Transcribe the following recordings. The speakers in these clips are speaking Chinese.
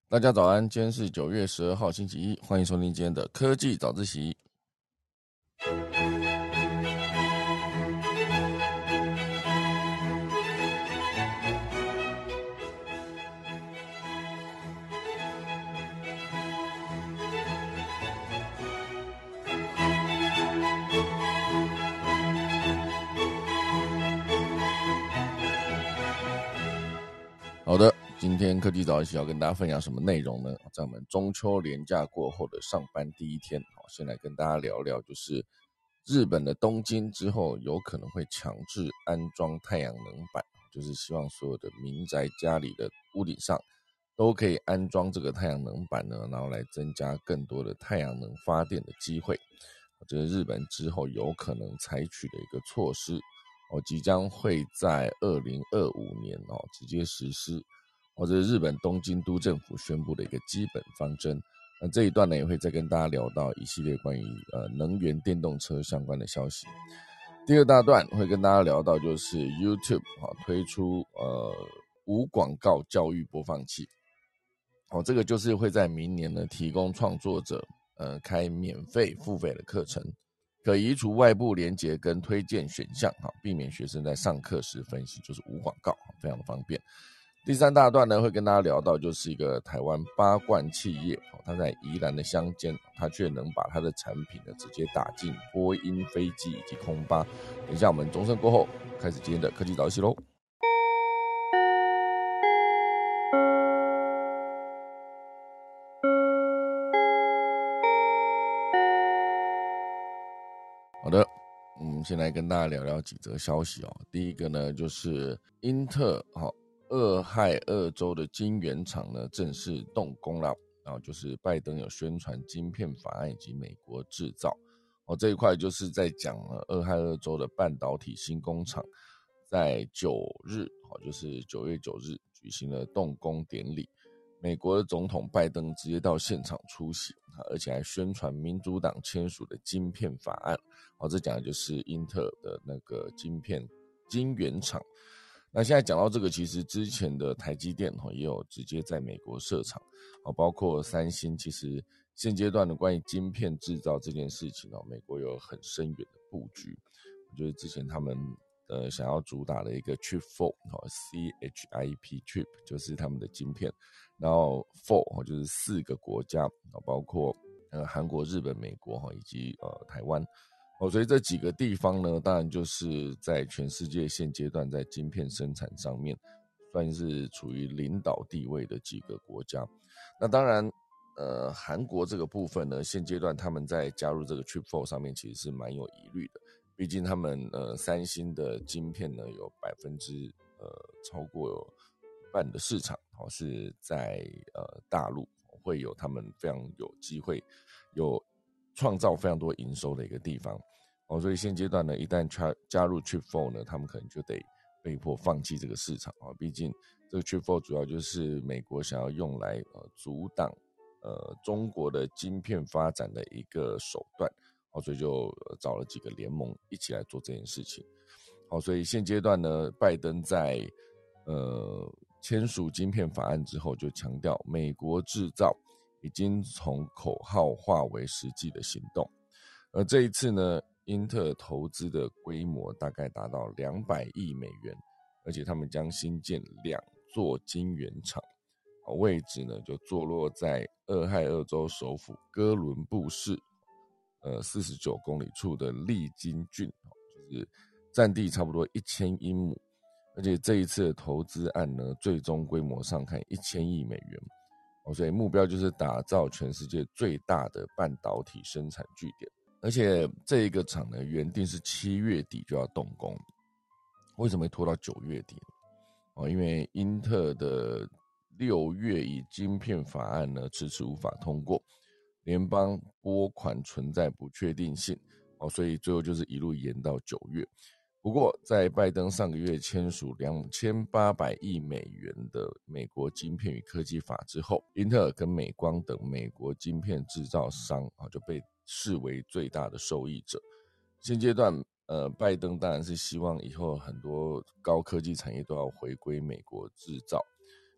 大家早安，今天是9月12号星期一，欢迎收听今天的科技早自习。好的，今天科技早自习要跟大家分享什么内容呢？在我们中秋连假过后的上班第一天，先来跟大家聊聊，就是日本的东京之后有可能会强制安装太阳能板，就是希望所有的民宅家里的屋顶上都可以安装这个太阳能板呢，然后来增加更多的太阳能发电的机会。这是日本之后有可能采取的一个措施。即将会在2025年直接实施。这是日本东京都政府宣布的一个基本方针。那这一段呢，也会再跟大家聊到一系列关于能源电动车相关的消息。第二大段会跟大家聊到就是 YouTube 推出无广告教育播放器。这个就是会在明年呢提供创作者开免费付费的课程。可移除外部连结跟推荐选项，避免学生在上课时分析，就是无广告，非常的方便。第三大段呢，会跟大家聊到就是一个台湾八冠企业，它在宜兰的乡间，它却能把它的产品呢直接打进波音飞机以及空巴。等一下我们钟声过后，开始今天的科技早起咯。好的，先来跟大家聊聊几则消息哦。第一个呢，就是英特俄亥俄州的晶圆厂呢正式动工了，然后就是拜登有宣传晶片法案以及美国制造。这一块就是在讲俄亥俄州的半导体新工厂在9日，就是9月9日举行了动工典礼。美国的总统拜登直接到现场出席，而且还宣传民主党签署的晶片法案。这讲的就是英特尔的那个晶圆厂。那现在讲到这个，其实之前的台积电也有直接在美国设厂，包括三星，其实现阶段的关于晶片制造这件事情，美国有很深远的布局。就是之前他们想要主打的一个 Chip 4，CHIP Chip 就是他们的晶片，然后 4就是4个国家，包括韩国、日本、美国以及台湾。所以这几个地方呢，当然就是在全世界现阶段在晶片生产上面算是处于领导地位的几个国家。那当然韩国这个部分呢，现阶段他们在加入这个 Chip 4上面其实是蛮有疑虑的，毕竟他们三星的晶片呢有超过一半的市场是在大陆，会有他们非常有机会有创造非常多营收的一个地方。所以现阶段呢，一旦加入 Chip 4呢，他们可能就得被迫放弃这个市场。毕竟这个 Chip 4主要就是美国想要用来阻挡中国的晶片发展的一个手段。所以就找了几个联盟一起来做这件事情。所以现阶段呢，拜登在签署晶片法案之后，就强调美国制造已经从口号化为实际的行动。而这一次呢，英特尔投资的规模大概达到200亿美元，而且他们将新建2座晶圆厂，位置呢就坐落在俄亥俄州首府哥伦布市49公里处的利金郡，就是占地差不多1000英亩。而且这一次的投资案呢，最终规模上看1000亿美元。所以目标就是打造全世界最大的半导体生产据点。而且这一个厂呢，原定是7月底就要动工，为什么会拖到9月底呢？因为英特尔的6月以晶片法案呢迟迟无法通过，联邦拨款存在不确定性，所以最后就是一路延到9月。不过在拜登上个月签署2800亿美元的美国晶片与科技法之后，英特尔跟美光等美国晶片制造商就被视为最大的受益者。现阶段拜登当然是希望以后很多高科技产业都要回归美国制造。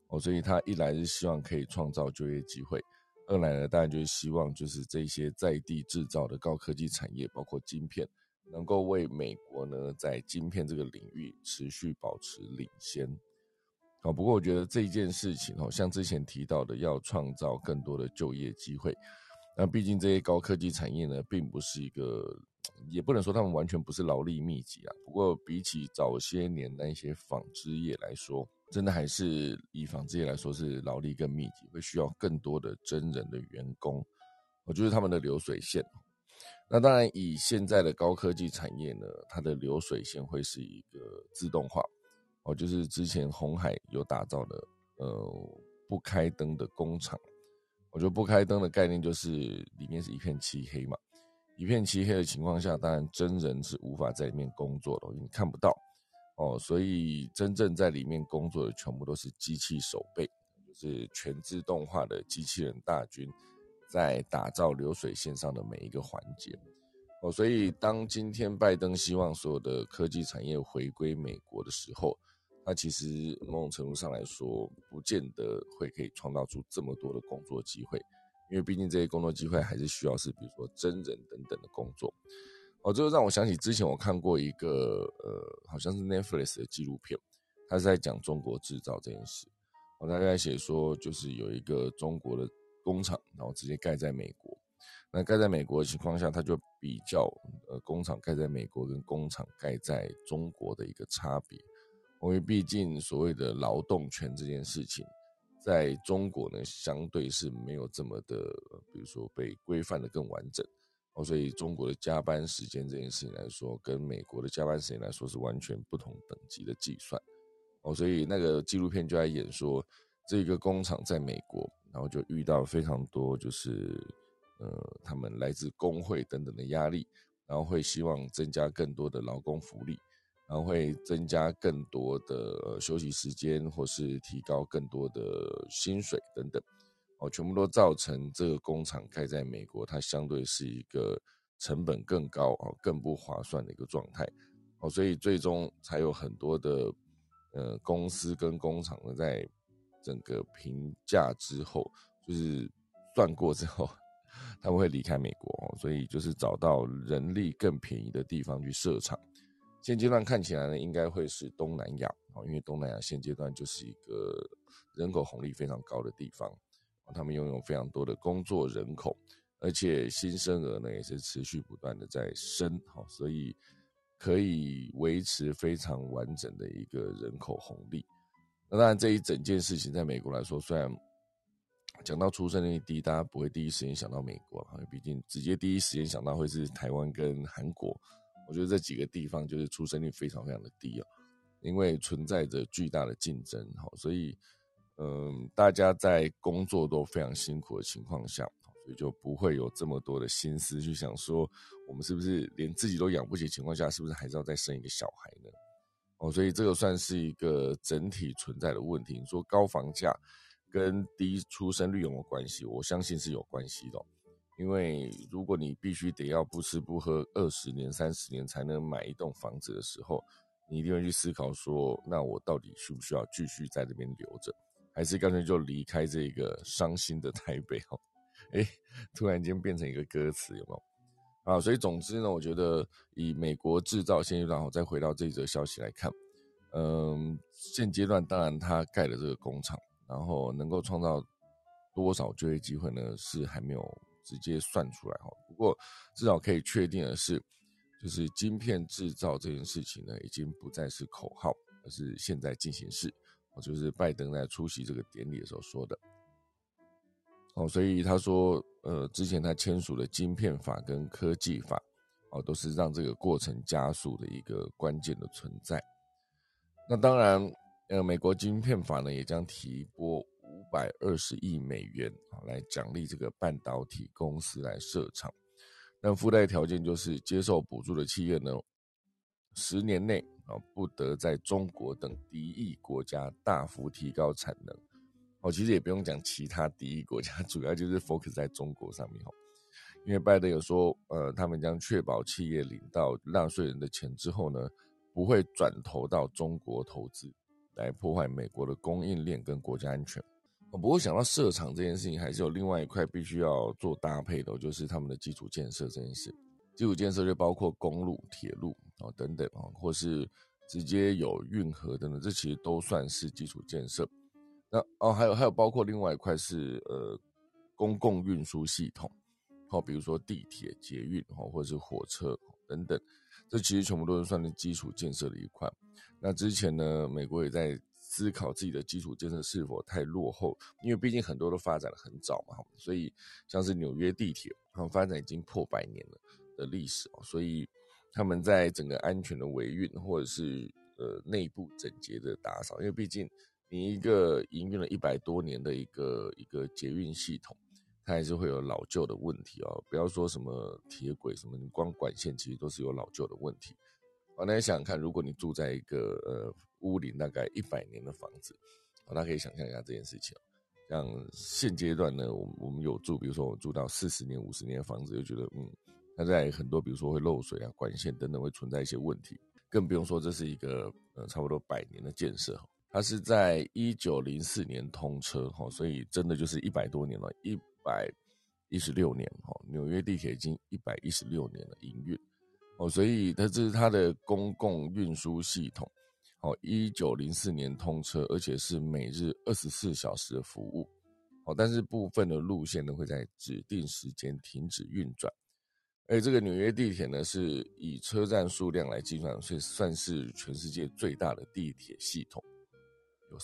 所以他一来是希望可以创造就业机会，二来呢当然就是希望就是这些在地制造的高科技产业，包括晶片，能够为美国呢在晶片这个领域持续保持领先。不过我觉得这一件事情像之前提到的要创造更多的就业机会，那毕竟这些高科技产业呢并不是一个，也不能说他们完全不是劳力密集啊，不过比起早些年那些纺织业来说，真的还是以纺织业来说是劳力更密集，会需要更多的真人的员工，就是他们的流水线。那当然以现在的高科技产业呢，它的流水线会是一个自动化，就是之前鸿海有打造的不开灯的工厂。我觉得不开灯的概念就是里面是一片漆黑嘛，一片漆黑的情况下，当然真人是无法在里面工作的，因为你看不到所以真正在里面工作的全部都是机器手背，就是全自动化的机器人大军在打造流水线上的每一个环节。所以当今天拜登希望所有的科技产业回归美国的时候，他其实某种程度上来说不见得会可以创造出这么多的工作机会，因为毕竟这些工作机会还是需要是比如说真人等等的工作。这就让我想起之前我看过一个好像是 Netflix 的纪录片，他是在讲中国制造这件事。他在写说就是有一个中国的工厂，然后直接盖在美国。那盖在美国的情况下，他就比较工厂盖在美国跟工厂盖在中国的一个差别。因为毕竟所谓的劳动权这件事情，在中国呢相对是没有这么的，比如说被规范的更完整。所以中国的加班时间这件事情来说，跟美国的加班时间来说是完全不同等级的计算。所以那个纪录片就在演说，这个工厂在美国，然后就遇到非常多就是他们来自工会等等的压力，然后会希望增加更多的劳工福利，然后会增加更多的休息时间，或是提高更多的薪水等等。全部都造成这个工厂开在美国，它相对是一个成本更高、更不划算的一个状态。所以最终才有很多的公司跟工厂呢，在整个评价之后，就是算过之后，他们会离开美国，所以就是找到人力更便宜的地方去设厂。现阶段看起来呢，应该会是东南亚，因为东南亚现阶段就是一个人口红利非常高的地方。他们拥有非常多的工作人口，而且新生儿呢也是持续不断的在生，所以可以维持非常完整的一个人口红利。那当然这一整件事情在美国来说，虽然讲到出生率低，大家不会第一时间想到美国，因为毕竟直接第一时间想到会是台湾跟韩国。我觉得这几个地方就是出生率非常非常的低，因为存在着巨大的竞争，所以大家在工作都非常辛苦的情况下，所以就不会有这么多的心思去想说，我们是不是连自己都养不起的情况下，是不是还是要再生一个小孩呢？所以这个算是一个整体存在的问题。你说高房价跟低出生率有没有关系？我相信是有关系的，因为如果你必须得要不吃不喝20年、30年才能买一栋房子的时候，你一定会去思考说，那我到底需不需要继续在这边留着？还是干脆就离开这个伤心的台北突然间变成一个歌词，有没有？所以总之呢，我觉得以美国制造现阶段，再回到这则消息来看，现阶段当然他盖了这个工厂，然后能够创造多少就业机会呢？是还没有直接算出来不过至少可以确定的是，就是晶片制造这件事情呢，已经不再是口号，而是现在进行式。就是拜登在出席这个典礼的时候说的。所以他说，之前他签署的晶片法跟科技法，都是让这个过程加速的一个关键的存在。那当然，美国晶片法呢，也将提拨520亿美元来奖励这个半导体公司来设厂。但附带条件就是接受补助的企业呢，10年内不得在中国等敌意国家大幅提高产能。其实也不用讲其他敌意国家，主要就是 focus 在中国上面。因为拜登有说，他们将确保企业领到纳税人的钱之后呢，不会转投到中国投资。 来破坏美国的供应链跟国家安全。不过想到设厂这件事情，还是有另外一块必须要做搭配的，就是他们的基础建设这件事。基础建设就包括公路、铁路等等或是直接有运河等等，这其实都算是基础建设。那还有包括另外一块是公共运输系统，比如说地铁、捷运或者是火车等等，这其实全部都是算是基础建设的一块。那之前呢，美国也在思考自己的基础建设是否太落后，因为毕竟很多都发展得很早嘛，所以像是纽约地铁发展已经破100年了的历史，所以他们在整个安全的维运或者是内部整洁的打扫，因为毕竟你一个营运了100多年的一个捷运系统，它还是会有老旧的问题不要说什么铁轨什么，你光管线其实都是有老旧的问题。那你想想看，如果你住在一个屋龄大概100年的房子，大家可以想象一下这件事情。像现阶段呢，我们有住，比如说我住到40年、50年的房子，就觉得它在很多比如说会漏水管线等等会存在一些问题，更不用说这是一个差不多100年的建设。它是在1904年通车，所以真的就是100多年了，116年，纽约地铁已经116年了营运，所以这是它的公共运输系统，1904年通车，而且是每日24小时的服务，但是部分的路线呢会在指定时间停止运转。而这个纽约地铁呢是以车站数量来计算，所以算是全世界最大的地铁系统，有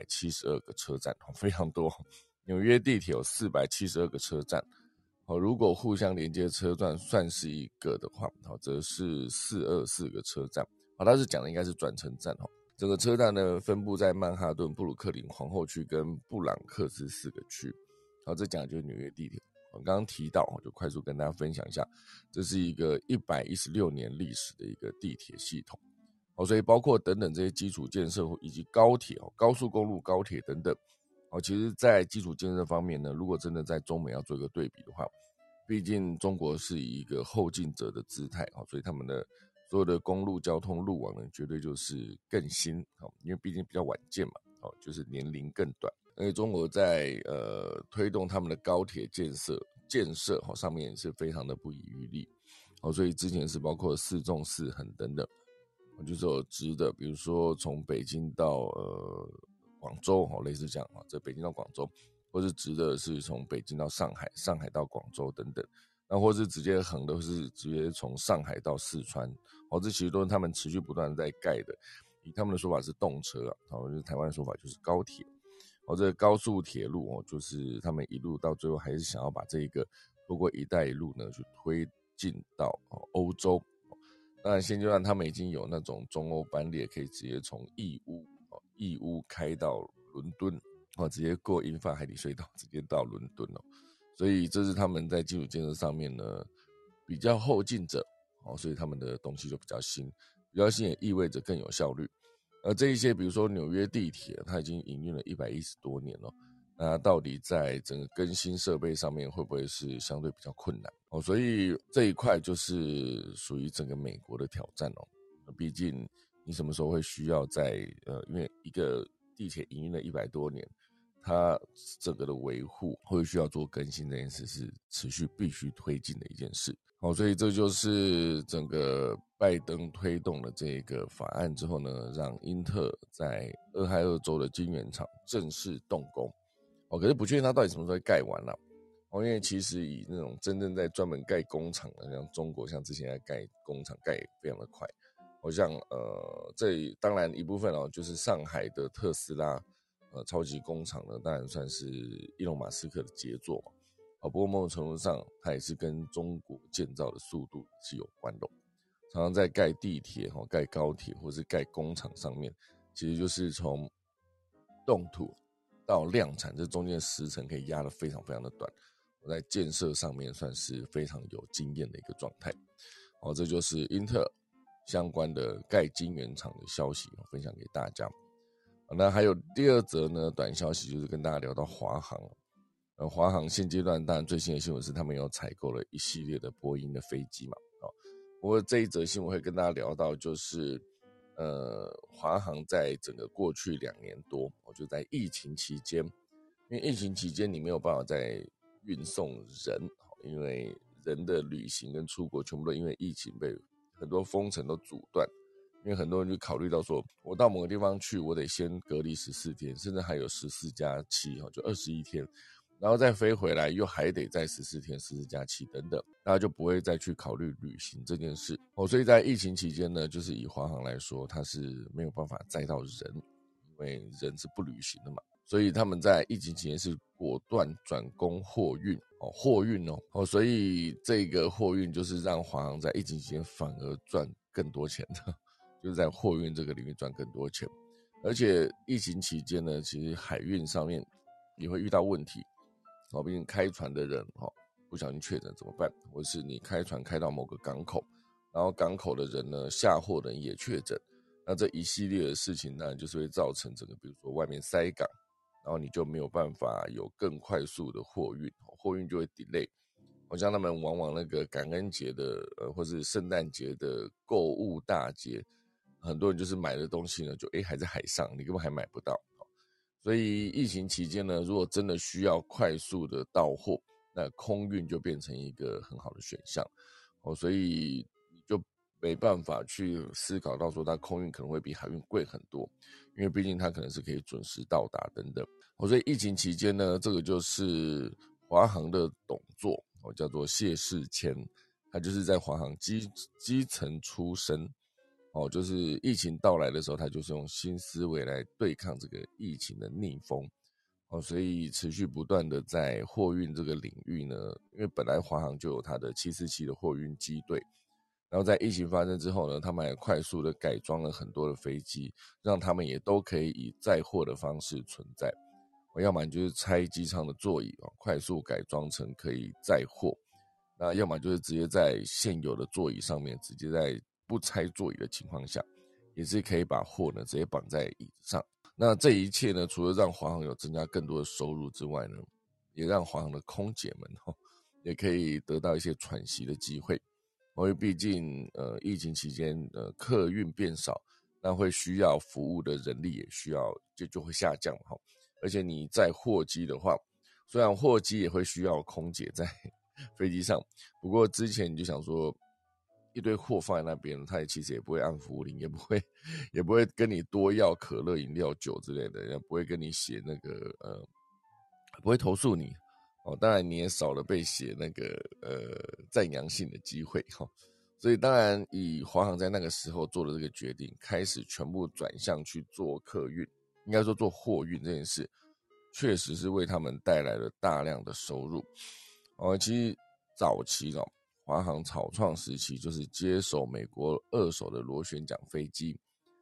472个车站，非常多。纽约地铁有472个车站，如果互相连接车站算是一个的话，则是424个车站。他是讲的应该是转乘站。整个车站呢分布在曼哈顿、布鲁克林、皇后区跟布朗克斯4个区。这讲的就是纽约地铁。我刚刚提到，就快速跟大家分享一下，这是一个116年历史的一个地铁系统。所以包括等等这些基础建设以及高铁、高速公路、高铁等等，其实在基础建设方面呢，如果真的在中美要做一个对比的话，毕竟中国是以一个后进者的姿态，所以他们的所有的公路交通路网呢，绝对就是更新，因为毕竟比较晚建嘛，就是年龄更短。而且中国在推动他们的高铁建设上面也是非常的不遗余力，所以之前是包括4纵4横等等，就是有直的，比如说从北京到广州，类似这样这北京到广州，或是直的是从北京到上海，上海到广州等等，那或是直接横的是直接从上海到四川，这其实都是他们持续不断在盖的。以他们的说法是动车就是台湾的说法就是高铁。这个高速铁路就是他们一路到最后还是想要把这个透过一带一路呢去推进到欧洲。当然现阶段他们已经有那种中欧班列可以直接从义乌开到伦敦，直接过英法海底隧道直接到伦敦所以这是他们在基础建设上面呢比较后进者所以他们的东西就比较新也意味着更有效率。这一些比如说纽约地铁它已经营运了110多年了，那到底在整个更新设备上面会不会是相对比较困难所以这一块就是属于整个美国的挑战毕竟你什么时候会需要在因为一个地铁营运了100多年，它整个的维护会需要做更新，这件事是持续必须推进的一件事。所以这就是整个拜登推动了这个法案之后呢，让英特在俄亥俄州的晶圆厂正式动工。可是不确定它到底什么时候会盖完啦。因为其实以那种真正在专门盖工厂的，像中国像之前在盖工厂盖非常的快。像这当然一部分就是上海的特斯拉超级工厂呢，当然算是伊隆马斯克的杰作嘛。不过某种程度上它也是跟中国建造的速度是有关的。常常在盖地铁盖高铁或是盖工厂上面，其实就是从动土到量产，这中间的时程可以压得非常非常的短。我在建设上面算是非常有经验的一个状态。这就是英特尔相关的盖晶圆厂的消息分享给大家。那还有第二则呢短消息，就是跟大家聊到华航。华航现阶段当然最新的新闻是他们有采购了一系列的波音的飞机嘛。不过这一则新闻会跟大家聊到就是华航在整个过去2年多，就在疫情期间，因为疫情期间你没有办法再运送人，因为人的旅行跟出国全部都因为疫情被很多封城都阻断，因为很多人就考虑到说，我到某个地方去，我得先隔离14天，甚至还有14+7，就21天，然后再飞回来，又还得再14天、14+7等等，大家就不会再去考虑旅行这件事。所以在疫情期间呢，就是以华航来说，它是没有办法载到人，因为人是不旅行的嘛。所以他们在疫情期间是果断转攻货运，所以这个货运就是让华航在疫情期间反而赚更多钱的，就是在货运这个领域赚更多钱。而且疫情期间呢，其实海运上面也会遇到问题，毕竟开船的人不小心确诊怎么办？或是你开船开到某个港口，然后港口的人呢，下货的人也确诊，那这一系列的事情当然就是会造成整个比如说外面塞港，然后你就没有办法有更快速的货运，货运就会 delay。像他们往往那个感恩节的或是圣诞节的购物大节，很多人就是买的东西呢，就还在海上，你根本还买不到。所以疫情期间呢，如果真的需要快速的到货，那空运就变成一个很好的选项。所以你就没办法去思考到说它空运可能会比海运贵很多，因为毕竟它可能是可以准时到达等等。所以疫情期间呢，这个就是华航的董座，叫做谢世谦，他就是在华航基层出身，就是疫情到来的时候，他就是用新思维来对抗这个疫情的逆风，所以持续不断的在货运这个领域呢，因为本来华航就有它的747的货运机队，然后在疫情发生之后呢，他们还快速的改装了很多的飞机，让他们也都可以以载货的方式存在。要么就是拆机舱的座椅，快速改装成可以载货，那要么就是直接在现有的座椅上面，直接在不拆座椅的情况下，也是可以把货呢直接绑在椅子上。那这一切呢，除了让华航有增加更多的收入之外呢，也让华航的空姐们也可以得到一些喘息的机会。因为毕竟疫情期间客运变少，那会需要服务的人力也需要就会下降嘛。而且你在货机的话，虽然货机也会需要空姐在飞机上，不过之前你就想说一堆货放在那边，他其实也不会按服务铃，也不会跟你多要可乐、饮料、酒之类的，也不会跟你写那个不会投诉你。当然你也少了被写那个赞扬性的机会。所以当然以华航在那个时候做的这个决定，开始全部转向去做客运，应该说做货运这件事，确实是为他们带来了大量的收入。其实早期华航草创时期就是接手美国二手的螺旋桨飞机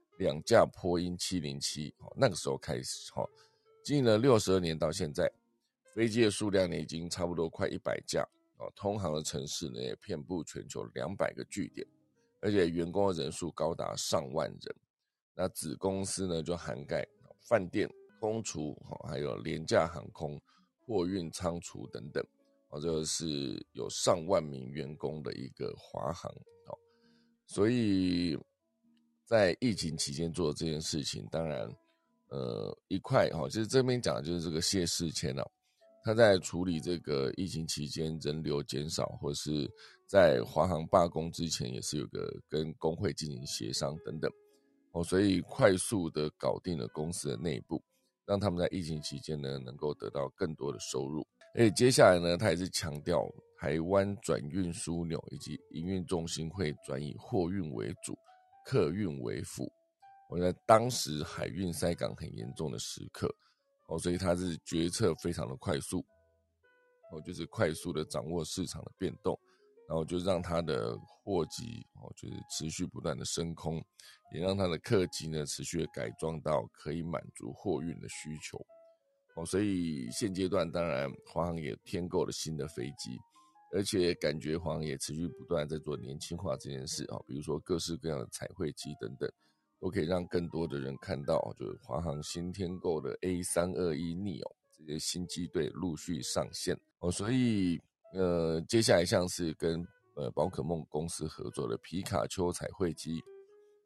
2架波音707，那个时候开始经营了62年到现在，飞机的数量呢已经差不多快100架，通航的城市呢也遍布全球200个据点，而且员工的人数高达上万人。那子公司呢就涵盖饭店、空厨，还有廉价航空、货运仓储等等，这个是有上万名员工的一个华航。所以在疫情期间做这件事情，当然一块其实这边讲的就是这个谢世谦他在处理这个疫情期间人流减少，或是在华航罢工之前，也是有个跟工会进行协商等等，所以快速的搞定了公司的内部，让他们在疫情期间呢能够得到更多的收入。而且接下来呢，他也是强调台湾转运枢纽以及营运重心会转以货运为主，客运为辅。我在当时海运塞港很严重的时刻，所以他是决策非常的快速，就是快速的掌握市场的变动，然后就让他的货机就是持续不断的升空，也让他的客机呢持续的改装到可以满足货运的需求。所以现阶段当然华航也添购了新的飞机，而且感觉华航也持续不断在做年轻化这件事，比如说各式各样的彩绘机等等，都可以让更多的人看到，就是华航新添购的 A321neo 这些新机队陆续上线。所以接下来像是跟宝可梦公司合作的皮卡丘彩绘机，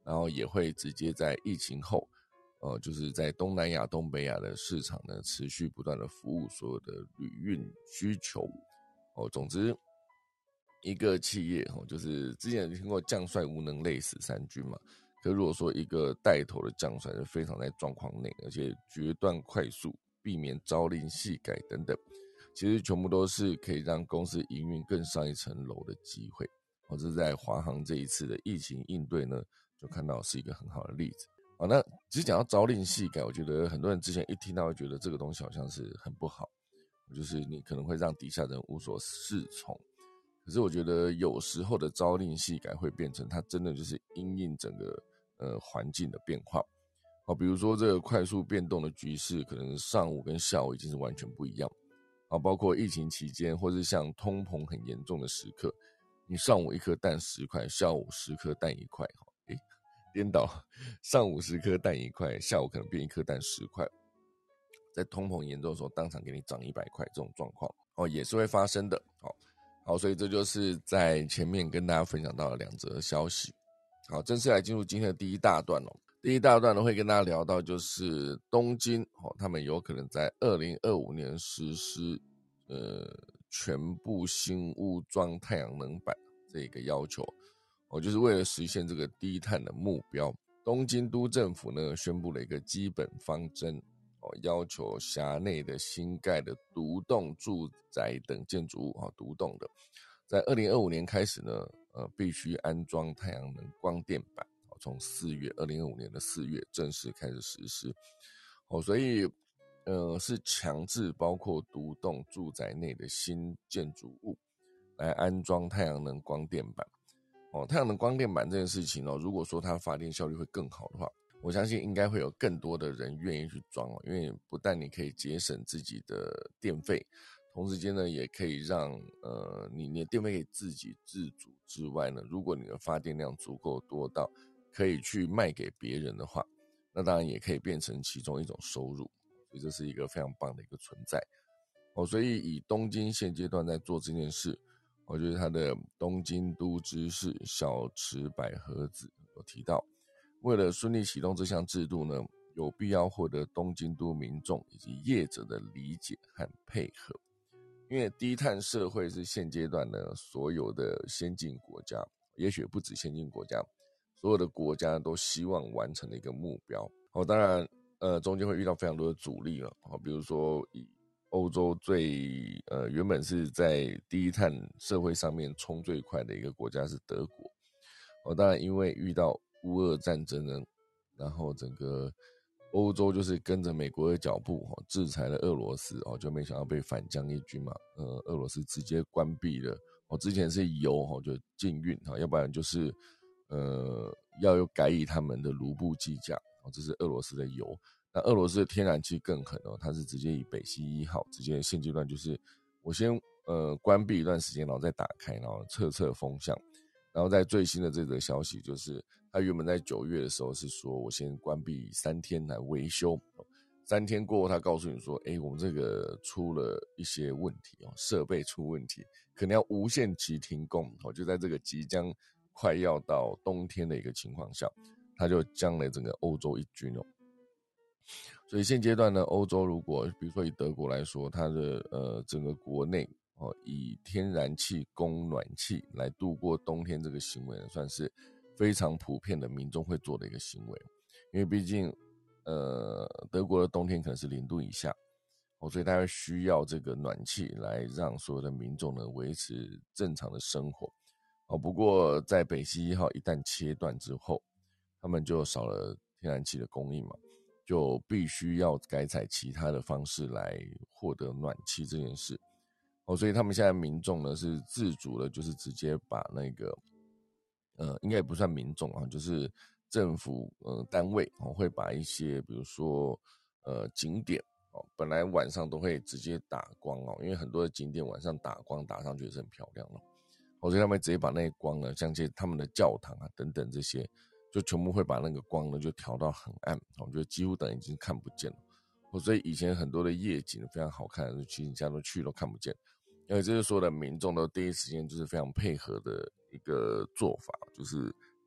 然后也会直接在疫情后，就是在东南亚、东北亚的市场呢，持续不断的服务所有的旅运需求。总之，一个企业就是之前有听过将帅无能累死三军嘛，可如果说一个带头的将帅是非常在状况内，而且决断快速，避免朝令夕改等等，其实全部都是可以让公司营运更上一层楼的机会。这是在华航这一次的疫情应对呢，就看到是一个很好的例子。那其实讲到朝令夕改，我觉得很多人之前一听到会觉得这个东西好像是很不好，就是你可能会让底下人无所适从。可是我觉得有时候的朝令夕改会变成它真的就是因应整个环境的变化。比如说这个快速变动的局势，可能上午跟下午已经是完全不一样。包括疫情期间，或是像通膨很严重的时刻，你上午一颗蛋10块，下午10颗蛋1块，颠倒，上午10颗蛋1块，下午可能变一颗蛋10块。在通膨严重的时候，当场给你涨100块，这种状况也是会发生的。好，所以这就是在前面跟大家分享到的2则消息。好，正式来进入今天的第一大段。第一大段呢，会跟大家聊到就是东京他们有可能在2025年实施全部新屋装太阳能板这个要求。就是为了实现这个低碳的目标，东京都政府呢宣布了一个基本方针，要求辖内的新盖的独栋住宅等建筑物独栋的，在2025年开始呢，必须安装太阳能光电板，从2025年的4月正式开始实施。所以是强制包括独栋住宅内的新建筑物来安装太阳能光电板。太阳能光电板这件事情如果说它发电效率会更好的话，我相信应该会有更多的人愿意去装因为不但你可以节省自己的电费，同时间呢也可以让你的电费可以自给自足之外呢，如果你的发电量足够多到可以去卖给别人的话，那当然也可以变成其中一种收入，所以这是一个非常棒的一个存在。所以以东京现阶段在做这件事，我觉得他的东京都知事小池百合子有提到，为了顺利启动这项制度呢，有必要获得东京都民众以及业者的理解和配合。因为低碳社会是现阶段呢所有的先进国家，也许不止先进国家，所有的国家都希望完成的一个目标。当然中间会遇到非常多的阻力了，比如说以欧洲原本是在低碳社会上面冲最快的一个国家是德国。当然因为遇到乌俄战争呢，然后整个欧洲就是跟着美国的脚步制裁了俄罗斯就没想到被反将一军嘛。俄罗斯直接关闭了之前是油就禁运要不然就是要有改以他们的卢布计价这是俄罗斯的油。那俄罗斯的天然气更狠它是直接以北溪1号直接现阶段就是我先关闭一段时间，然后再打开，然后测风向。然后在最新的这则消息就是他原本在9月的时候是说我先关闭3天来维修，3天过后他告诉你说我们这个出了一些问题设备出问题，可能要无限期停工就在这个即将快要到冬天的一个情况下，他就将了整个欧洲一军所以现阶段呢，欧洲如果比如说以德国来说，它的整个国内以天然气供暖气来度过冬天这个行为呢，算是非常普遍的民众会做的一个行为。因为毕竟德国的冬天可能是0度以下所以它会需要这个暖气来让所有的民众呢维持正常的生活不过在北溪1号一旦切断之后，他们就少了天然气的供应嘛，就必须要改采其他的方式来获得暖气这件事所以他们现在民众呢是自主的，就是直接把那个应该也不算民众就是政府单位会把一些比如说景点本来晚上都会直接打光因为很多的景点晚上打光打上去也是很漂亮所以他们直接把那些光呢，像他们的教堂等等这些，就全部会把那个光呢就调到很暗就几乎等于已经看不见了所以以前很多的夜景非常好看的，其实你现在都去都看不见。因为这是所有的民众都第一时间就是非常配合的一个做法，就是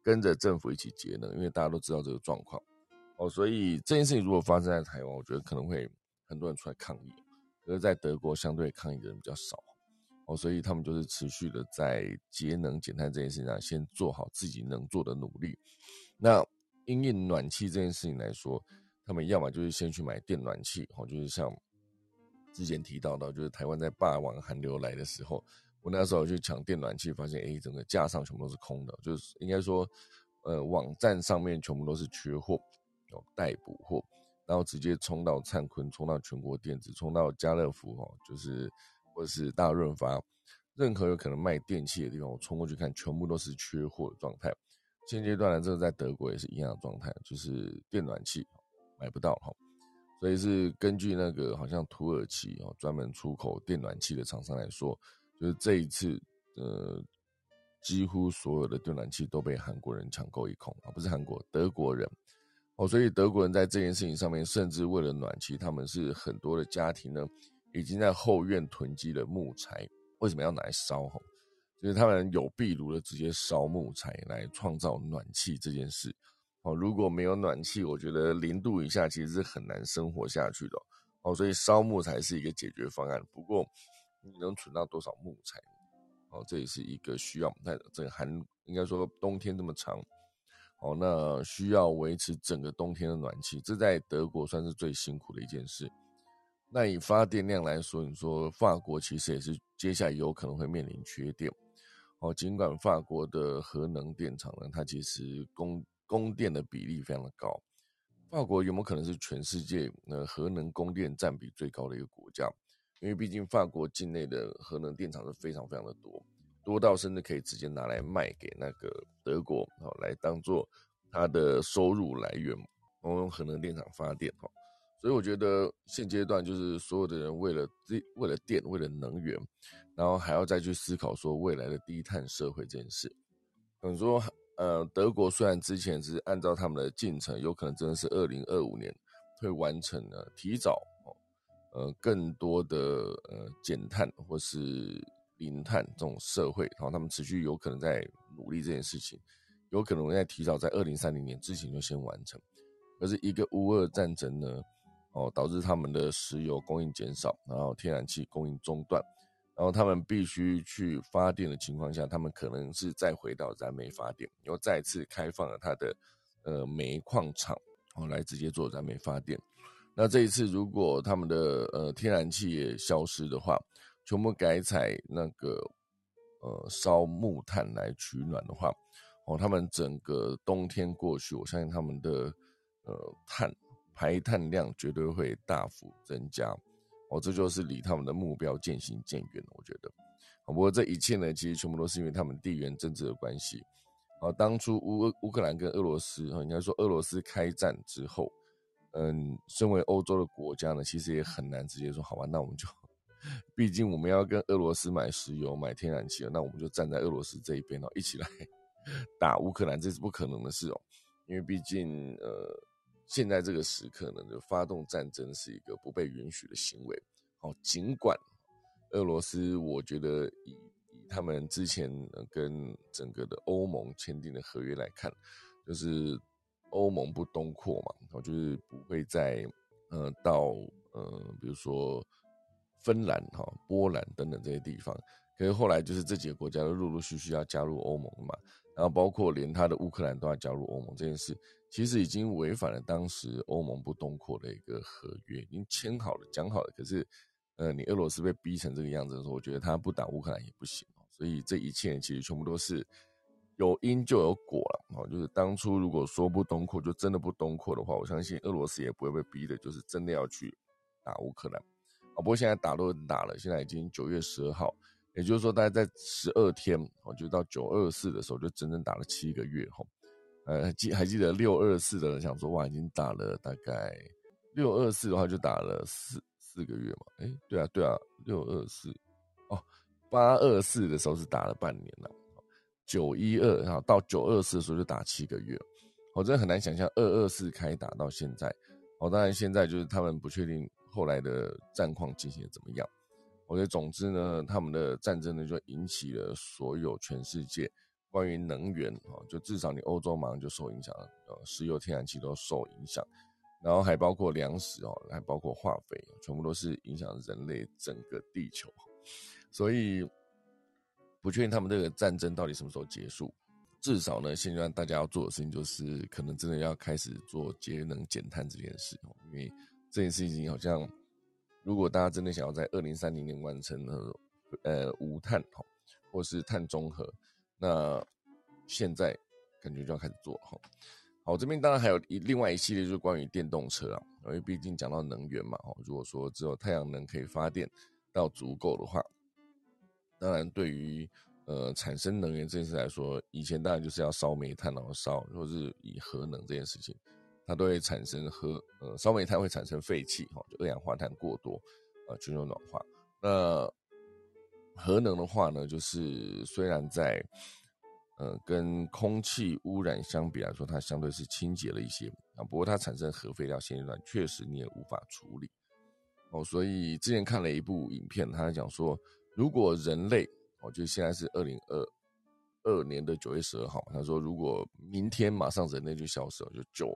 跟着政府一起节能，因为大家都知道这个状况所以这件事情如果发生在台湾，我觉得可能会很多人出来抗议，可是在德国相对抗议的人比较少所以他们就是持续的在节能减碳这件事情上先做好自己能做的努力。那因应暖气这件事情来说，他们要么就是先去买电暖气就是像之前提到的，就是台湾在霸王寒流来的时候，我那时候去抢电暖气，发现整个架上全部都是空的，就是应该说网站上面全部都是缺货待补货，然后直接冲到灿坤，冲到全国电子，冲到家乐福就是或者是大润发，任何有可能卖电器的地方，我冲过去看，全部都是缺货的状态。现阶段呢，这个在德国也是一样的状态，就是电暖气买不到所以是根据那个好像土耳其专门出口电暖气的厂商来说，就是这一次几乎所有的电暖气都被韩国人抢购一空不是韩国，德国人所以德国人在这件事情上面，甚至为了暖气，他们是很多的家庭呢，已经在后院囤积了木材。为什么要拿来烧就是他们有壁炉的直接烧木材来创造暖气这件事如果没有暖气，我觉得0度以下其实是很难生活下去的所以烧木材是一个解决方案。不过你能存到多少木材这也是一个需要在这个应该说冬天这么长那需要维持整个冬天的暖气，这在德国算是最辛苦的一件事。那以发电量来说，你说法国其实也是接下来有可能会面临缺电尽管法国的核能电厂呢，它其实供电的比例非常的高。法国有没有可能是全世界核能供电占比最高的一个国家？因为毕竟法国境内的核能电厂是非常非常的多到甚至可以直接拿来卖给那个德国来当做它的收入来源用核能电厂发电所以我觉得现阶段就是所有的人为了电，为了能源，然后还要再去思考说未来的低碳社会这件事。等说德国虽然之前是按照他们的进程，有可能真的是2025年会完成提早更多的减碳或是零碳这种社会，然后他们持续有可能在努力这件事情，有可能在提早在2030年之前就先完成。可是一个乌俄战争呢导致他们的石油供应减少，然后天然气供应中断，然后他们必须去发电的情况下，他们可能是再回到燃煤发电，又再次开放了它的煤矿厂来直接做燃煤发电。那这一次如果他们的天然气也消失的话，全部改采那个烧木炭来取暖的话他们整个冬天过去，我相信他们的排碳量绝对会大幅增加这就是离他们的目标渐行渐远了，我觉得不过这一切呢，其实全部都是因为他们地缘政治的关系当初乌克兰跟俄罗斯应该说俄罗斯开战之后身为欧洲的国家呢，其实也很难直接说好吧，那我们就毕竟我们要跟俄罗斯买石油买天然气那我们就站在俄罗斯这一边一起来打乌克兰，这是不可能的事因为毕竟现在这个时刻呢，就发动战争是一个不被允许的行为尽管俄罗斯我觉得以他们之前跟整个的欧盟签订的合约来看，就是欧盟不东扩嘛就是不会再到比如说芬兰波兰等等这些地方，可是后来就是这几个国家都陆陆续续要加入欧盟嘛，然后包括连他的乌克兰都要加入欧盟这件事，其实已经违反了当时欧盟不东扩的一个合约，已经签好了讲好了，可是你俄罗斯被逼成这个样子的时候，我觉得他不打乌克兰也不行所以这一切其实全部都是有因就有果了就是当初如果说不东扩就真的不东扩的话，我相信俄罗斯也不会被逼的就是真的要去打乌克兰不过现在打都打了，现在已经9月12号，也就是说大概在12天就到924的时候就整整打了7个月还记得624的人想说哇已经打了大概624的话就打了4个月嘛对啊624824的时候是打了半年了912到924的时候就打7个月真的很难想象224开打到现在当然现在就是他们不确定后来的战况进行的怎么样我觉得总之呢他们的战争呢就引起了所有全世界关于能源就至少你欧洲马上就受影响了，石油、天然气都受影响，然后还包括粮食还包括化肥，全部都是影响人类整个地球。所以不确定他们这个战争到底什么时候结束。至少呢，现在大家要做的事情就是可能真的要开始做节能减碳这件事，因为这件事情好像如果大家真的想要在2030年完成无碳或是碳中和，那现在感觉就要开始做。好，这边当然还有另外一系列就是关于电动车因为毕竟讲到能源嘛，如果说只有太阳能可以发电到足够的话，当然对于产生能源这件事来说，以前当然就是要烧煤炭烧，或是以核能这件事情，它都会产生烧煤炭会产生废气就二氧化碳过多全球暖化。那核能的话呢，就是虽然在跟空气污染相比来说，它相对是清洁了一些不过它产生核废料现阶段确实你也无法处理所以之前看了一部影片，他讲说，如果人类就现在是2022年的9月12号，他说如果明天马上人类就消失了，就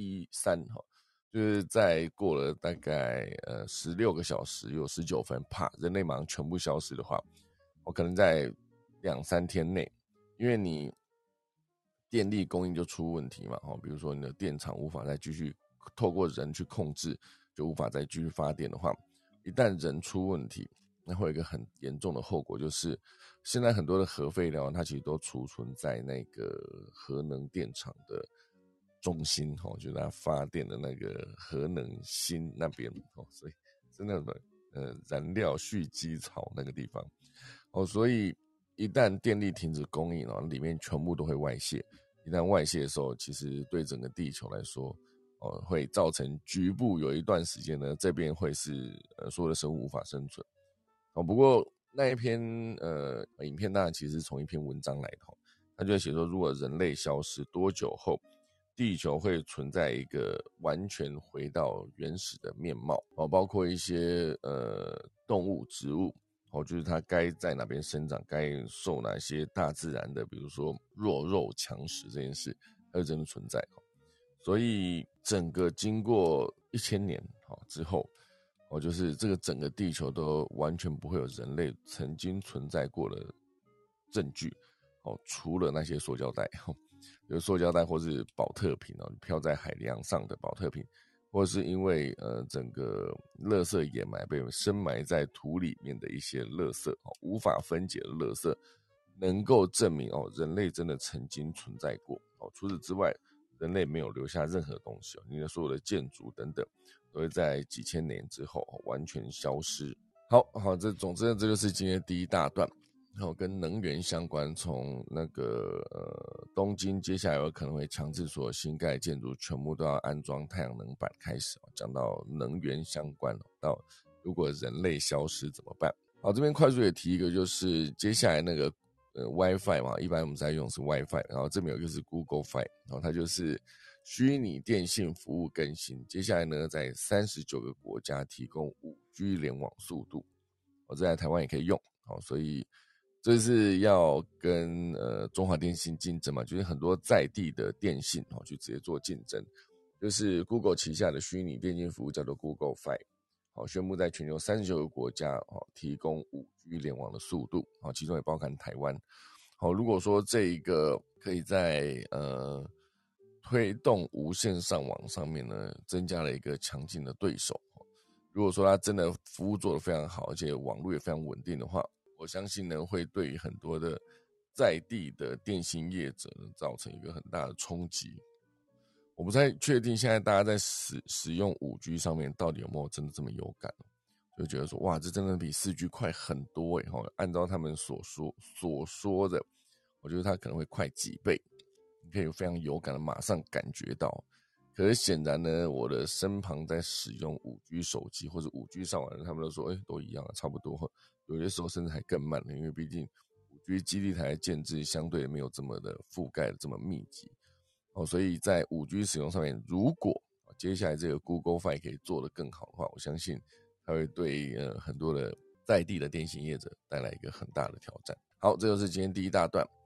913就是再过了大概16个小时有19分，啪，人类马上全部消失的话，我可能在2-3天内，因为你电力供应就出问题嘛，比如说你的电厂无法再继续透过人去控制，就无法再继续发电的话，一旦人出问题，那会有一个很严重的后果，就是现在很多的核废料它其实都储存在那个核能电厂的中心就是它发电的那个核能芯那边所以是那种燃料蓄积槽那个地方所以一旦电力停止供应里面全部都会外泄，一旦外泄的时候，其实对整个地球来说会造成局部有一段时间呢，这边会是所有的生物无法生存不过那一篇影片当然其实是从一篇文章来的他就会写说，如果人类消失多久后，地球会存在一个完全回到原始的面貌包括一些动物、植物就是它该在哪边生长，该受哪些大自然的，比如说弱肉强食这件事，它就真的存在所以整个经过1000年之后就是这个整个地球都完全不会有人类曾经存在过的证据除了那些塑胶袋比如塑胶袋或是保特瓶飘在海洋上的保特瓶，或是因为整个垃圾掩埋被深埋在土里面的一些垃圾无法分解的垃圾，能够证明人类真的曾经存在过除此之外，人类没有留下任何东西你的所有的建筑等等都会在几千年之后完全消失。好，总之这就是今天第一大段跟能源相关，从那个东京接下来有可能会强制所有新盖建筑全部都要安装太阳能板开始讲到能源相关到如果人类消失怎么办。好，这边快速也提一个，就是接下来那个WiFi 嘛，一般我们在用是 WiFi， 然后这边有一个是 Google Fi， 然后它就是虚拟电信服务更新，接下来呢在39个国家提供 5G 联网速度这在台湾也可以用所以这是要跟中华电信竞争嘛，就是很多在地的电信去直接做竞争，就是 Google 旗下的虚拟电信服务叫做 Google Fi， 宣布在全球39个国家提供 5G 联网的速度其中也包含台湾如果说这一个可以在推动无线上网上面呢增加了一个强劲的对手，如果说它真的服务做得非常好，而且网络也非常稳定的话，我相信呢会对于很多的在地的电信业者呢造成一个很大的冲击。我不太确定现在大家在使用 5G 上面到底有没有真的这么有感，就觉得说哇，这真的比 4G 快很多按照他们所说的，我觉得它可能会快几倍，你可以非常有感的马上感觉到。可是显然呢，我的身旁在使用 5G 手机或者 5G 上网的人，他们都说都一样差不多，有些时候甚至还更慢了，因为毕竟 5G 基地台的建制相对没有这么的覆盖的这么密集所以在 5G 使用上面，如果接下来这个 Google Fi 可以做得更好的话，我相信它会对很多的在地的电信业者带来一个很大的挑战。好，这就是今天第一大段。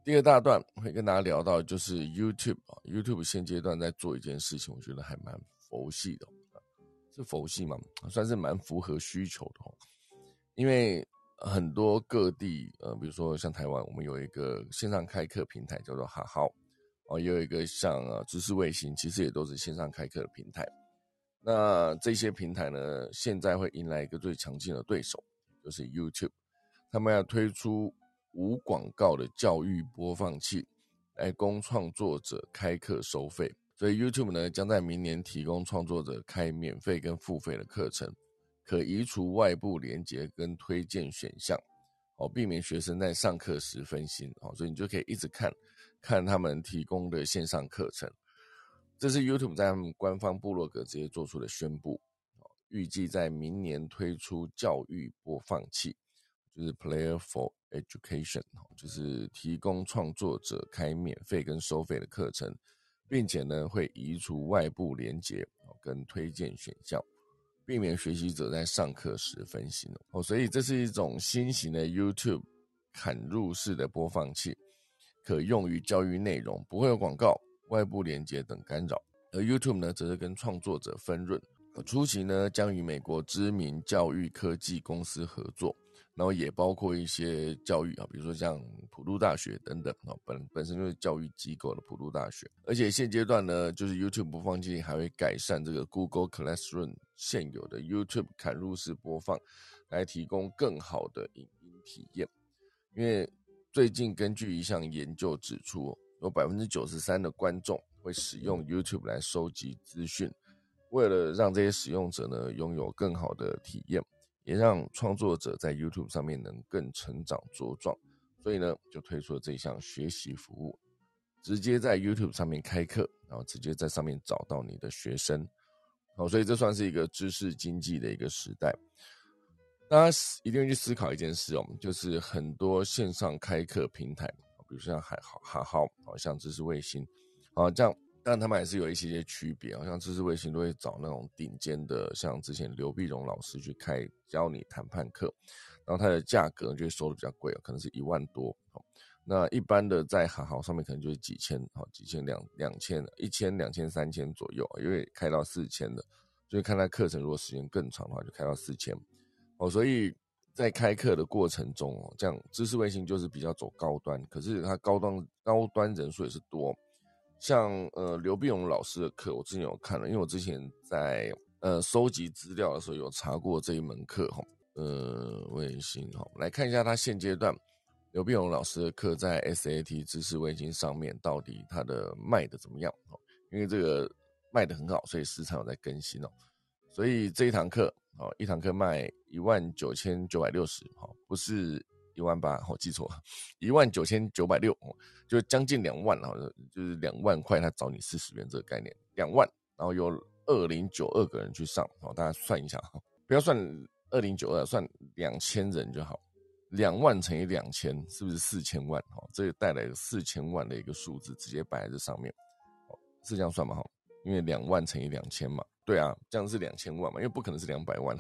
第二大段会跟大家聊到就是 YouTube 现阶段在做一件事情，我觉得还蛮佛系的，是佛系嘛，算是蛮符合需求的。因为很多各地比如说像台湾，我们有一个线上开课平台叫做哈好，也有一个像知识卫星，其实也都是线上开课的平台。那这些平台呢，现在会迎来一个最强劲的对手，就是 YouTube。他们要推出无广告的教育播放器，来供创作者开课收费。所以 YouTube 呢，将在明年提供创作者开免费跟付费的课程，可移除外部连结跟推荐选项，避免学生在上课时分心。所以你就可以一直看他们提供的线上课程。这是 YouTube 在他们官方部落格直接做出的宣布，预计在明年推出教育播放器，就是 Player for Education， 就是提供创作者开免费跟收费的课程，并且呢会移除外部连结跟推荐选项，避免学习者在上课时分心。所以这是一种新型的 YouTube 砍入式的播放器，可用于教育内容，不会有广告、外部连结等干扰。而 YouTube 呢，则是跟创作者分润。初期呢，将与美国知名教育科技公司合作，然后也包括一些教育比如说像普渡大学等等本身就是教育机构的普渡大学。而且现阶段呢，就是 YouTube 播放器还会改善这个 Google Classroom 现有的 YouTube 砍入式播放，来提供更好的影音体验。因为最近根据一项研究指出，有 93% 的观众会使用 YouTube 来收集资讯。为了让这些使用者呢拥有更好的体验，也让创作者在 YouTube 上面能更成长茁壮，所以呢就推出了这项学习服务，直接在 YouTube 上面开课，然后直接在上面找到你的学生。所以这算是一个知识经济的一个时代。大家一定会去思考一件事就是很多线上开课平台，比如像哈好，像知识卫星这样，但他们还是有一些区别，像知识卫星都会找那种顶尖的，像之前刘碧荣老师去教你谈判课，然后它的价格就会收的比较贵，可能是1万多。那一般的在哈好上面可能就是几千、2000、1000、2000、3000左右，因为开到4000的，就是看他课程如果时间更长的话，就开到4000。所以在开课的过程中这样知识卫星就是比较走高端，可是它高端人数也是多。像刘碧荣老师的课，我之前有看了，因为我之前在收集资料的时候有查过这一门课卫星来看一下他现阶段刘碧荣老师的课在 SAT 知识卫星上面到底他的卖的怎么样因为这个卖的很好，所以时常有在更新所以这一堂课一堂课卖19960，不是18000，记错了，19960，就将近2万，就是2万块，他找你40元这个概念，2万，然后有2092个人去上，大家算一下不要算2092，算2000人就好，2万乘以2000是不是4000万？这个带来4000万的一个数字，直接摆在这上面，是这样算吗？因为2万乘以2000嘛，对啊，这样是2000万嘛，因为不可能是200万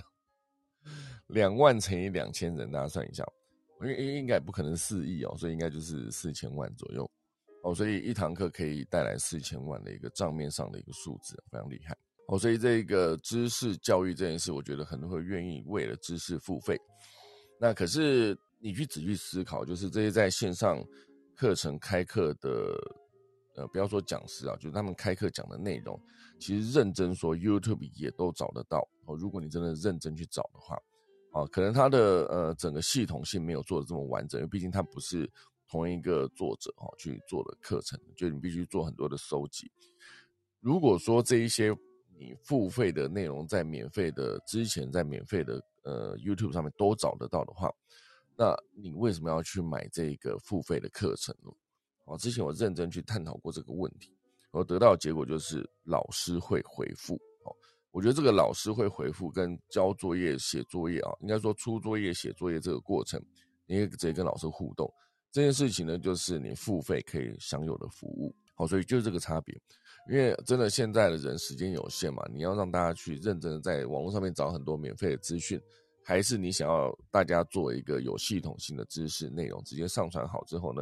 2万乘以2000人，大家算一下，因为应该也不可能4亿所以应该就是4000万左右所以一堂课可以带来4000万的一个账面上的一个数字，非常厉害所以这个知识教育这件事，我觉得很多人会愿意为了知识付费。那可是你去仔细思考，就是这些在线上课程开课的不要说讲师就是他们开课讲的内容，其实认真说 YouTube 也都找得到如果你真的认真去找的话可能它的整个系统性没有做得这么完整，因为毕竟它不是同一个作者去做的课程，就你必须做很多的收集。如果说这一些你付费的内容在免费的之前在免费的YouTube 上面都找得到的话，那你为什么要去买这个付费的课程呢？之前我认真去探讨过这个问题，我得到的结果就是老师会回复我觉得这个老师会回复跟交作业写作业应该说出作业写作业这个过程，你可以直接跟老师互动，这件事情呢就是你付费可以享有的服务所以就是这个差别。因为真的现在的人时间有限嘛，你要让大家去认真的在网络上面找很多免费的资讯，还是你想要大家做一个有系统性的知识内容直接上传好之后呢，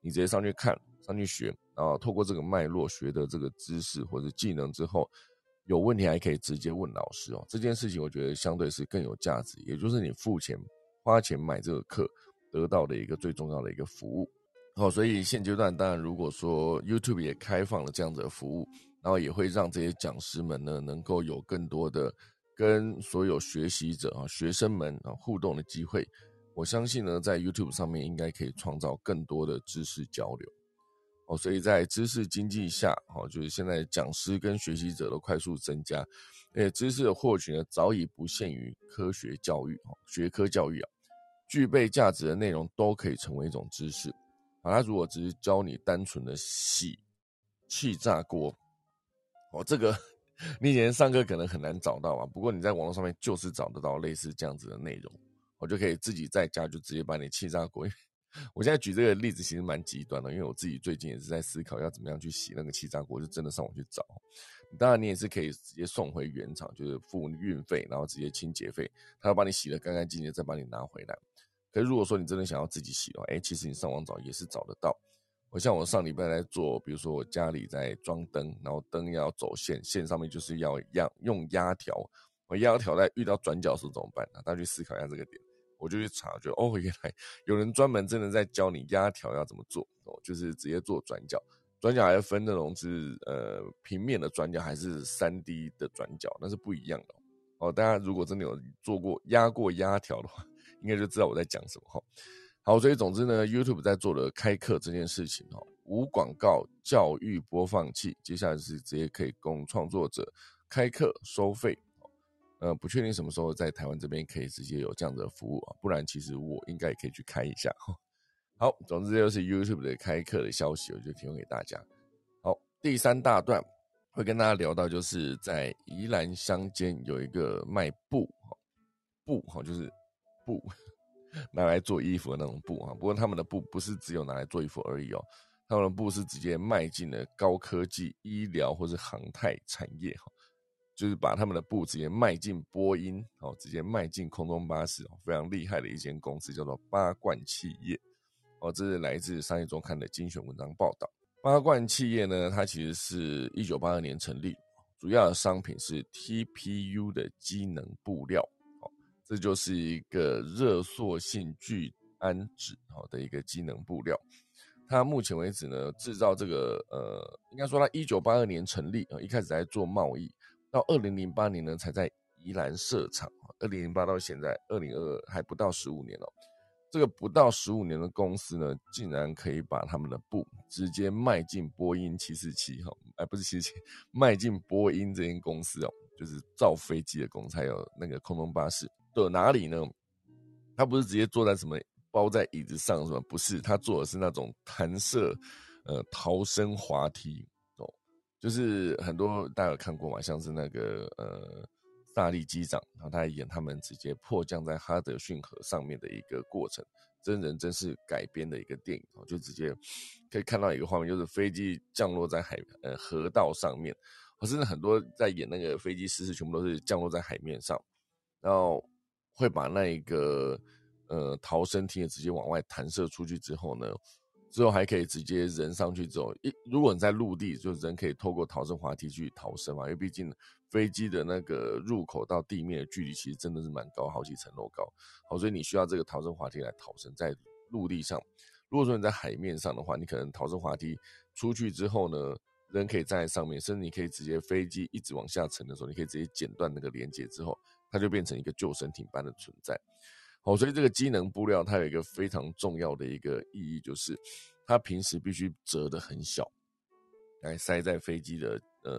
你直接上去看，上去学，然后透过这个脉络学的这个知识或者技能之后，有问题还可以直接问老师哦。这件事情我觉得相对是更有价值，也就是你付钱花钱买这个课得到的一个最重要的一个服务。所以现阶段当然如果说 YouTube 也开放了这样子的服务，然后也会让这些讲师们呢能够有更多的跟所有学习者学生们互动的机会，我相信呢在 YouTube 上面应该可以创造更多的知识交流。所以在知识经济下，就是现在讲师跟学习者的快速增加，而且知识的获取呢早已不限于科学教育学科教育具备价值的内容都可以成为一种知识。他如果只是教你单纯的洗气炸锅，这个你以前上课可能很难找到不过你在网络上面就是找得到类似这样子的内容，我就可以自己在家就直接把你气炸锅。我现在举这个例子其实蛮极端的，因为我自己最近也是在思考要怎么样去洗那个气炸锅，就真的上网去找。当然你也是可以直接送回原厂，就是付运费，然后直接清洁费，他要把你洗得干干净净再把你拿回来。可是如果说你真的想要自己洗的话，其实你上网找也是找得到。像我上礼拜在做，比如说我家里在装灯，然后灯要走线，线上面就是要用压条，我压条在遇到转角时怎么办？大家去思考一下这个点。我就去查，就原来有人专门真的在教你压条要怎么做就是直接做转角，转角还分那种是平面的转角还是 3D 的转角，那是不一样的大家如果真的有做过压条的话，应该就知道我在讲什么好，所以总之呢 YouTube 在做的开课这件事情无广告教育播放器，接下来是直接可以供创作者开课收费。不确定什么时候在台湾这边可以直接有这样的服务不然其实我应该也可以去开一下好，总之这就是 YouTube 的开课的消息，我就提供给大家。好，第3大段会跟大家聊到，就是在宜兰乡间有一个卖布就是布拿来做衣服的那种布不过他们的布不是只有拿来做衣服而已他们的布是直接迈进了高科技医疗或是航太产业就是把他们的布直接卖进波音直接卖进空中巴士非常厉害的一间公司，叫做八冠企业这是来自商业周刊的精选文章报道。八冠企业呢，它其实是1982年成立，主要的商品是 TPU 的机能布料这就是一个热塑性聚氨酯的一个机能布料。它目前为止呢，制造这个应该说它1982年成立一开始在做贸易，到2008年呢才在宜兰设厂，2008到现在2022还不到15年这个不到15年的公司呢，竟然可以把他们的布直接卖进波音747不是747，卖进波音这间公司就是造飞机的公司，还有那个空中巴士的哪里呢？他不是直接坐在什么包在椅子上什么，不是，他做的是那种弹射逃生滑梯就是很多大家有看过嘛，像是那个萨利机长，然后他演他们直接迫降在哈德逊河上面的一个过程，真人真事改编的一个电影就直接可以看到一个画面，就是飞机降落在河道上面，甚至很多在演那个飞机失事全部都是降落在海面上，然后会把那一个逃生梯直接往外弹射出去之后呢，之后还可以直接人上去之后，如果你在陆地，就人可以透过逃生滑梯去逃生嘛，因为毕竟飞机的那个入口到地面的距离其实真的是蛮高，好几层楼高所以你需要这个逃生滑梯来逃生在陆地上。如果说你在海面上的话，你可能逃生滑梯出去之后呢，人可以站在上面，甚至你可以直接飞机一直往下沉的时候，你可以直接剪断那个连接之后，它就变成一个救生艇般的存在所以这个机能布料它有一个非常重要的一个意义，就是它平时必须折得很小，来塞在飞机的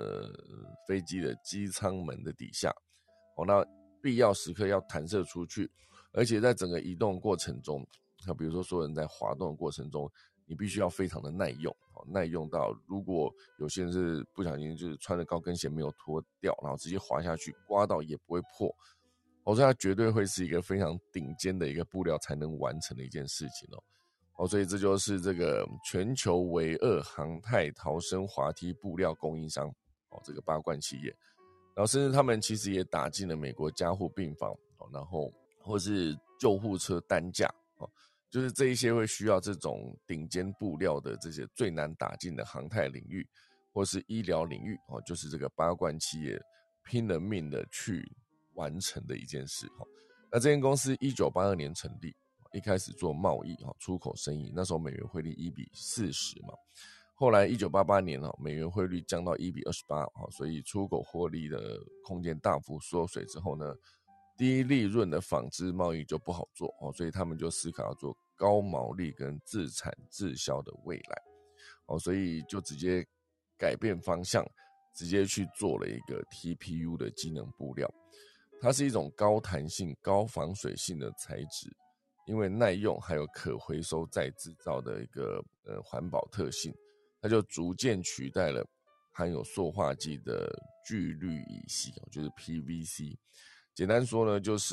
机舱门的底下那必要时刻要弹射出去，而且在整个移动过程中，比如说所有人在滑动的过程中，你必须要非常的耐用耐用到如果有些人是不小心就是穿着高跟鞋没有脱掉，然后直接滑下去刮到也不会破所以它绝对会是一个非常顶尖的一个布料才能完成的一件事情所以这就是这个全球唯2航太逃生滑梯布料供应商这个八冠企业，然后甚至他们其实也打进了美国加护病房然后或是救护车担架就是这一些会需要这种顶尖布料的这些最难打进的航太领域或是医疗领域，就是这个八冠企业拼了命的去完成的一件事。那这间公司1982年成立，一开始做贸易出口生意，那时候美元汇率1:40嘛。后来1988年美元汇率降到1:28，所以出口获利的空间大幅缩水之后呢，低利润的纺织贸易就不好做，所以他们就思考要做高毛利跟自产自销的未来，所以就直接改变方向，直接去做了一个 TPU 的机能布料。它是一种高弹性、高防水性的材质，因为耐用还有可回收再制造的一个环保特性，它就逐渐取代了含有塑化剂的聚氯乙烯，就是 PVC。简单说呢，就是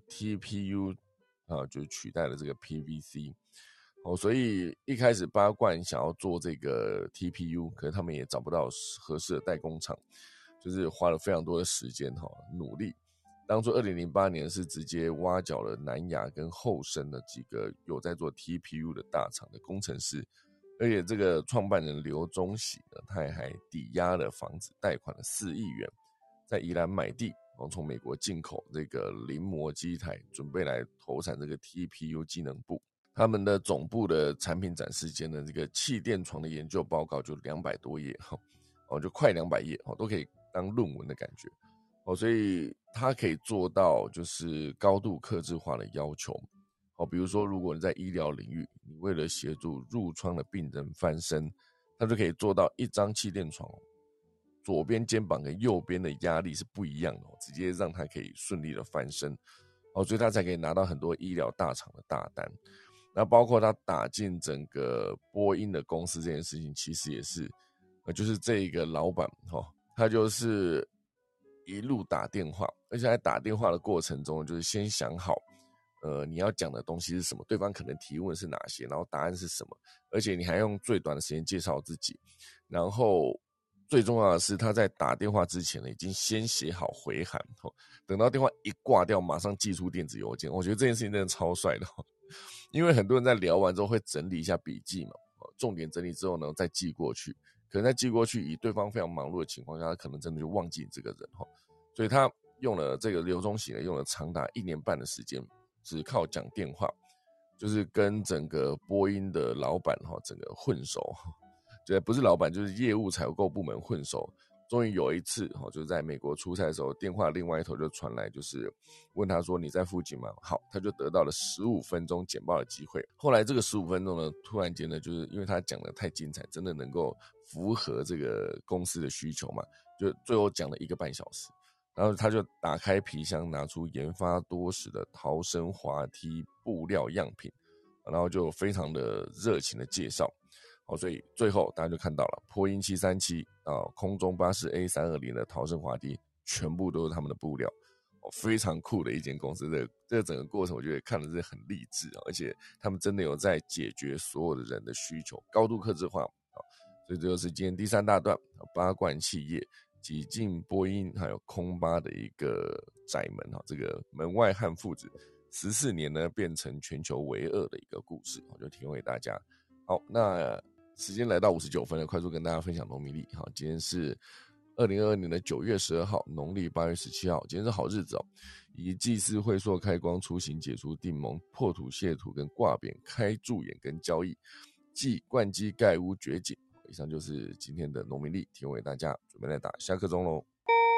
TPU 就取代了这个 PVC。所以一开始八冠想要做这个 TPU， 可是他们也找不到合适的代工厂，就是花了非常多的时间努力。当初2008年是直接挖角了南亚跟后生的几个有在做 TPU 的大厂的工程师，而且这个创办人刘宗喜呢，他也还抵押了房子，贷款了4亿元，在宜兰买地，从美国进口这个临摹机台，准备来投产这个 TPU 机能部。他们的总部的产品展示间的这个气垫床的研究报告就200多页，就快200页，都可以当论文的感觉。所以它可以做到就是高度客制化的要求。比如说如果你在医疗领域，你为了协助褥疮的病人翻身，它就可以做到一张气垫床左边肩膀跟右边的压力是不一样的，直接让它可以顺利的翻身，所以它才可以拿到很多医疗大厂的大单。那包括他打进整个波音的公司这件事情，其实也是，就是这一个老板他就是一路打电话，而且在打电话的过程中，就是先想好，你要讲的东西是什么，对方可能提问是哪些，然后答案是什么，而且你还用最短的时间介绍自己，然后最重要的是他在打电话之前呢，已经先写好回函，等到电话一挂掉，马上寄出电子邮件。我觉得这件事情真的超帅的。因为很多人在聊完之后会整理一下笔记嘛，重点整理之后呢再寄过去，可能在寄过去以对方非常忙碌的情况下，他可能真的就忘记你这个人，所以他用了这个刘宗喜呢，用了长达1年半的时间，只靠讲电话，就是跟整个波音的老板整个混熟，就不是老板就是业务采购部门混熟。终于有一次就是在美国出差的时候，电话另外一头就传来，就是问他说你在附近吗？好，他就得到了15分钟简报的机会。后来这个15分钟呢，突然间呢，就是因为他讲的太精彩，真的能够符合这个公司的需求嘛，就最后讲了1个半小时。然后他就打开皮箱，拿出研发多时的逃生滑梯布料样品，然后就非常的热情的介绍。所以最后大家就看到了波音737空中巴士 A320 的逃生滑梯全部都是他们的布料，非常酷的一间公司。这个整个过程我觉得看的是很励志，而且他们真的有在解决所有的人的需求，高度客制化。所以这就是今天第3大段，八冠企业挤进波音还有空巴的一个窄门，这个门外汉父子14年呢变成全球唯2的一个故事，我就提供给大家。好，那时间来到59分了，快速跟大家分享农民历。好，今天是2022年的9月12号，农历8月17号，今天是好日子哦。以祭祀会所开光、出行解除定盟、破土卸土跟挂匾、开驻眼跟交易，祭灌基盖屋掘井。以上就是今天的农民历，提供给大家，准备来打下课钟喽。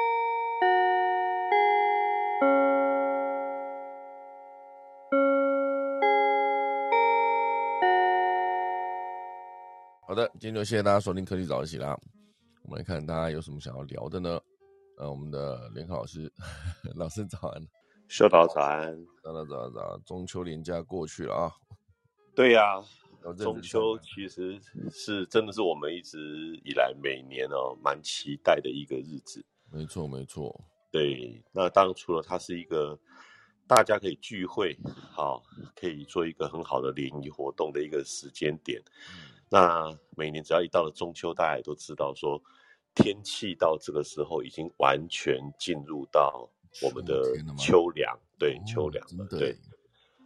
好的，今天就谢谢大家收听科技早起啦。我们来看大家有什么想要聊的呢？我们的联考老师，老师早安， 修导早安， 早，中秋连假过去了啊。 对呀，中秋其实是真的是我们一直以来每年蛮期待的一个日子。 没错。对， 那当然除了它是一个大家可以聚会，可以做一个很好的联谊活动的一个时间点。那每年只要一到了中秋，大家也都知道说，天气到这个时候已经完全进入到我们的秋凉，对，秋凉了，对。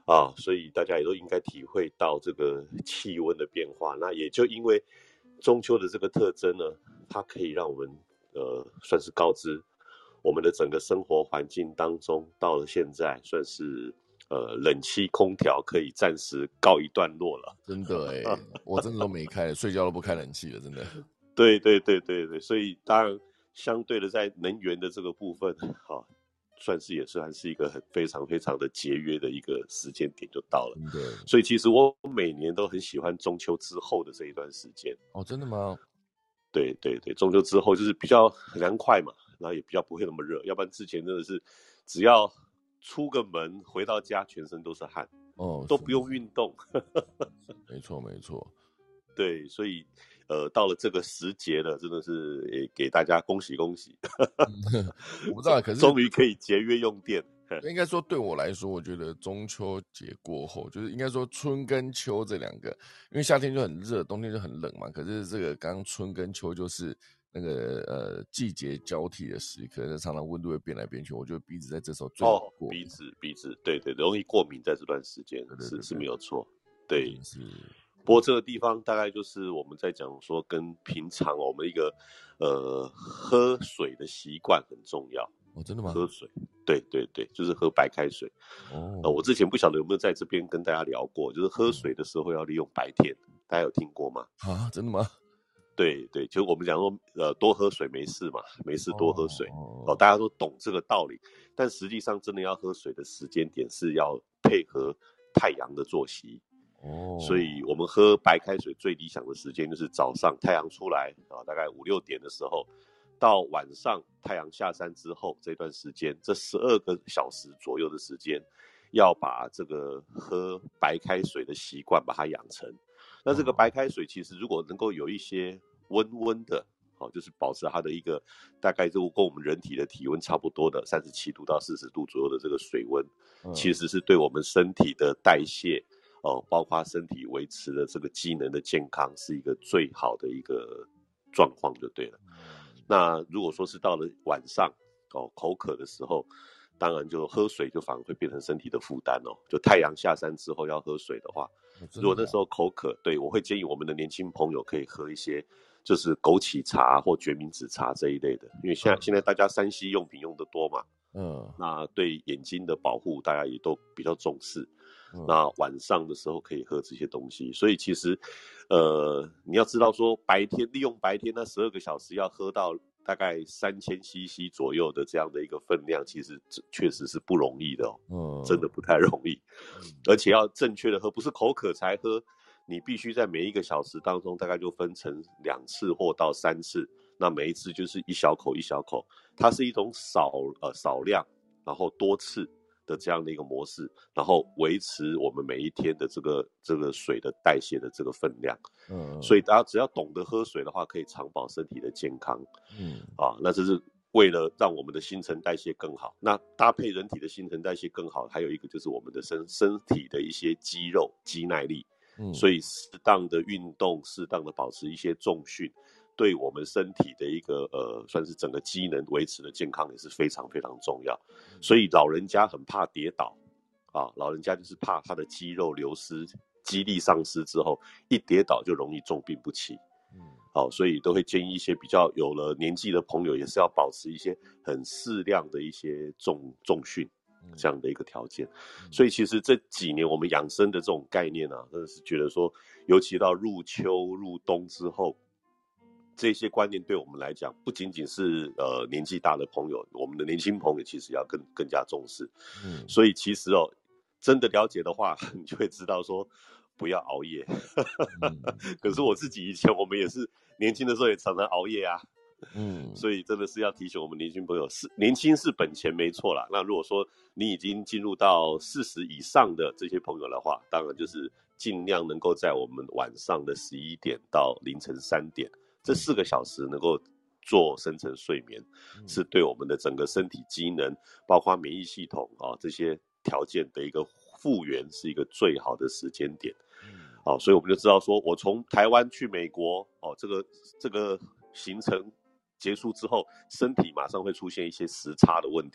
所以大家也都应该体会到这个气温的变化。那也就因为中秋的这个特征呢，它可以让我们算是告知我们的整个生活环境当中，到了现在算是冷气空调可以暂时告一段落了。 真的我真的都没开，睡觉都不开冷气了，真的。 对对对对对，所以当然相对的在能源的这个部分，也算是一个非常非常的节约的一个时间点就到了。 对， 所以其实我每年都很喜欢中秋之后的这一段时间。 哦，真的吗？ 对对对，中秋之后就是比较凉快嘛，然后也比较不会那么热，要不然之前真的是只要出个门回到家全身都是汗，都不用运动。 没错没错。 对，所以到了这个时节了，真的是也给大家恭喜恭喜。 我不知道，可是终于可以节约用电。 应该说对我来说，我觉得中秋节过后，就是应该说春跟秋这两个，因为夏天就很热，冬天就很冷嘛。可是这个刚春跟秋就是那个季节交替的时刻，常常温度会变来变去。我觉得鼻子在这时候最过敏。 鼻子，对对，容易过敏在这段时间，是没有错。对， 是。 不过这个地方大概就是我们在讲说，跟平常我们一个喝水的习惯很重要。 哦，真的吗？ 喝水，对对对，就是喝白开水。我之前不晓得有没有在这边跟大家聊过，就是喝水的时候要利用白天，大家有听过吗？ 真的吗？ 对对，就我们讲说，多喝水没事嘛，没事多喝水。大家都懂这个道理，但实际上真的要喝水的时间点是要配合太阳的作息。所以我们喝白开水最理想的时间就是早上太阳出来大概5、6点的时候，到晚上太阳下山之后这段时间，这12个小时左右的时间，要把这个喝白开水的习惯把它养成。那这个白开水其实如果能够有一些温温的，就是保持它的一个大概就跟我们人体的体温差不多的37度到40度左右的这个水温，其实是对我们身体的代谢包括身体维持的这个机能的健康是一个最好的一个状况就对了。那如果说是到了晚上口渴的时候，当然就喝水就反而会变成身体的负担就太阳下山之后要喝水的话，如果那时候口渴，对，我会建议我们的年轻朋友可以喝一些就是枸杞茶或决明子茶这一类的，因为现在大家3C 用品用得多嘛，那对眼睛的保护大家也都比较重视。那晚上的时候可以喝这些东西，所以其实你要知道说利用白天那12个小时要喝到大概3000cc 左右的这样的一个分量，其实确实是不容易的真的不太容易。而且要正确的喝，不是口渴才喝，你必须在每一个小时当中大概就分成2次或到3次，那每一次就是一小口一小口，它是一种少量然后多次的这样的一个模式，然后维持我们每一天的这个水的代谢的这个分量。所以大家只要懂得喝水的话，可以长保身体的健康。那这是为了让我们的新陈代谢更好。那搭配人体的新陈代谢更好，还有一个就是我们的身体的一些肌肉肌耐力。所以适当的运动，适当的保持一些重训，对我们身体的一个算是整个机能维持的健康也是非常非常重要。所以老人家很怕跌倒老人家就是怕他的肌肉流失，肌力丧失之后，一跌倒就容易重病不起。所以都会建议一些比较有了年纪的朋友，也是要保持一些很适量的一些重训这样的一个条件。所以其实这几年我们养生的这种概念真的是觉得说，尤其到入秋入冬之后，这些观念对我们来讲，不仅仅是年纪大的朋友，我们的年轻朋友其实要更加重视。所以其实真的了解的话，你就会知道说不要熬夜。可是我自己以前我们也是年轻的时候也常常熬夜啊。所以真的是要提醒我们年轻朋友，年轻是本钱没错啦。那如果说你已经进入到40以上的这些朋友的话，当然就是尽量能够在我们晚上的11点到凌晨3点这4个小时能够做深层睡眠，是对我们的整个身体机能，包括免疫系统这些条件的一个复原，是一个最好的时间点。所以我们就知道说，我从台湾去美国这个行程结束之后，身体马上会出现一些时差的问题。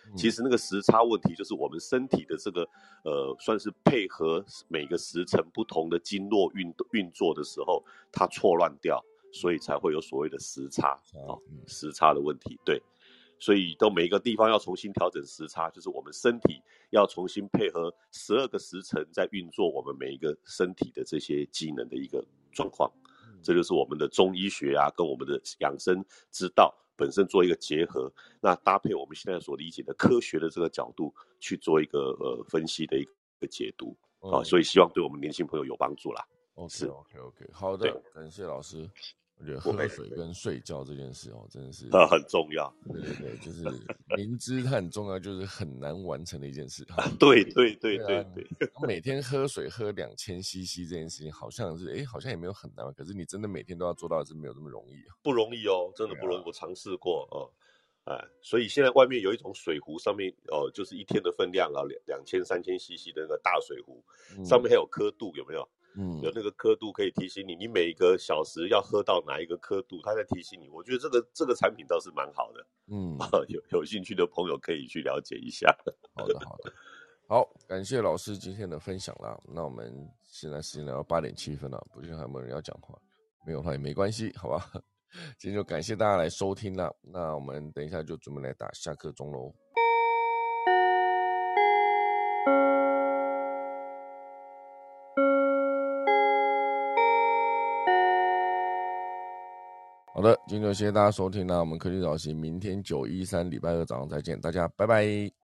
其实那个时差问题就是我们身体的这个算是配合每个时辰不同的经络运作的时候，它错乱掉，所以才会有所谓的时差时差的问题。对，所以都每一个地方要重新调整时差，就是我们身体要重新配合12个时辰在运作我们每一个身体的这些机能的一个状况。这就是我们的中医学啊，跟我们的养生之道本身做一个结合，那搭配我们现在所理解的科学的这个角度去做一个分析的一个解读所以希望对我们年轻朋友有帮助啦。 OK， 好的，感谢老师。我觉得喝水跟睡觉这件事真的是很重要。 对，就是明知它很重要，就是很难完成的一件事。 对， 每天喝水喝2000cc 这件事情，好像也没有很难，可是你真的每天都要做到，是没有这么容易不容易哦，真的不容易。我尝试过所以现在外面有一种水壶，上面就是一天的分量2000、3000cc 的那个大水壶，上面还有刻度，有没有？有那个刻度可以提醒你，你每个小时要喝到哪一个刻度，它在提醒你。我觉得这个产品倒是蛮好的，有兴趣的朋友可以去了解一下。 好，感谢老师今天的分享啦。那我们现在时间来到8点7分了，不知道还有没有人要讲话？没有的话也没关系，好吧？今天就感谢大家来收听啦。那我们等一下就准备来打下课钟咯。好的，今天就谢谢大家收听啦。我们科技早起明天913礼拜2早上再见，大家拜拜。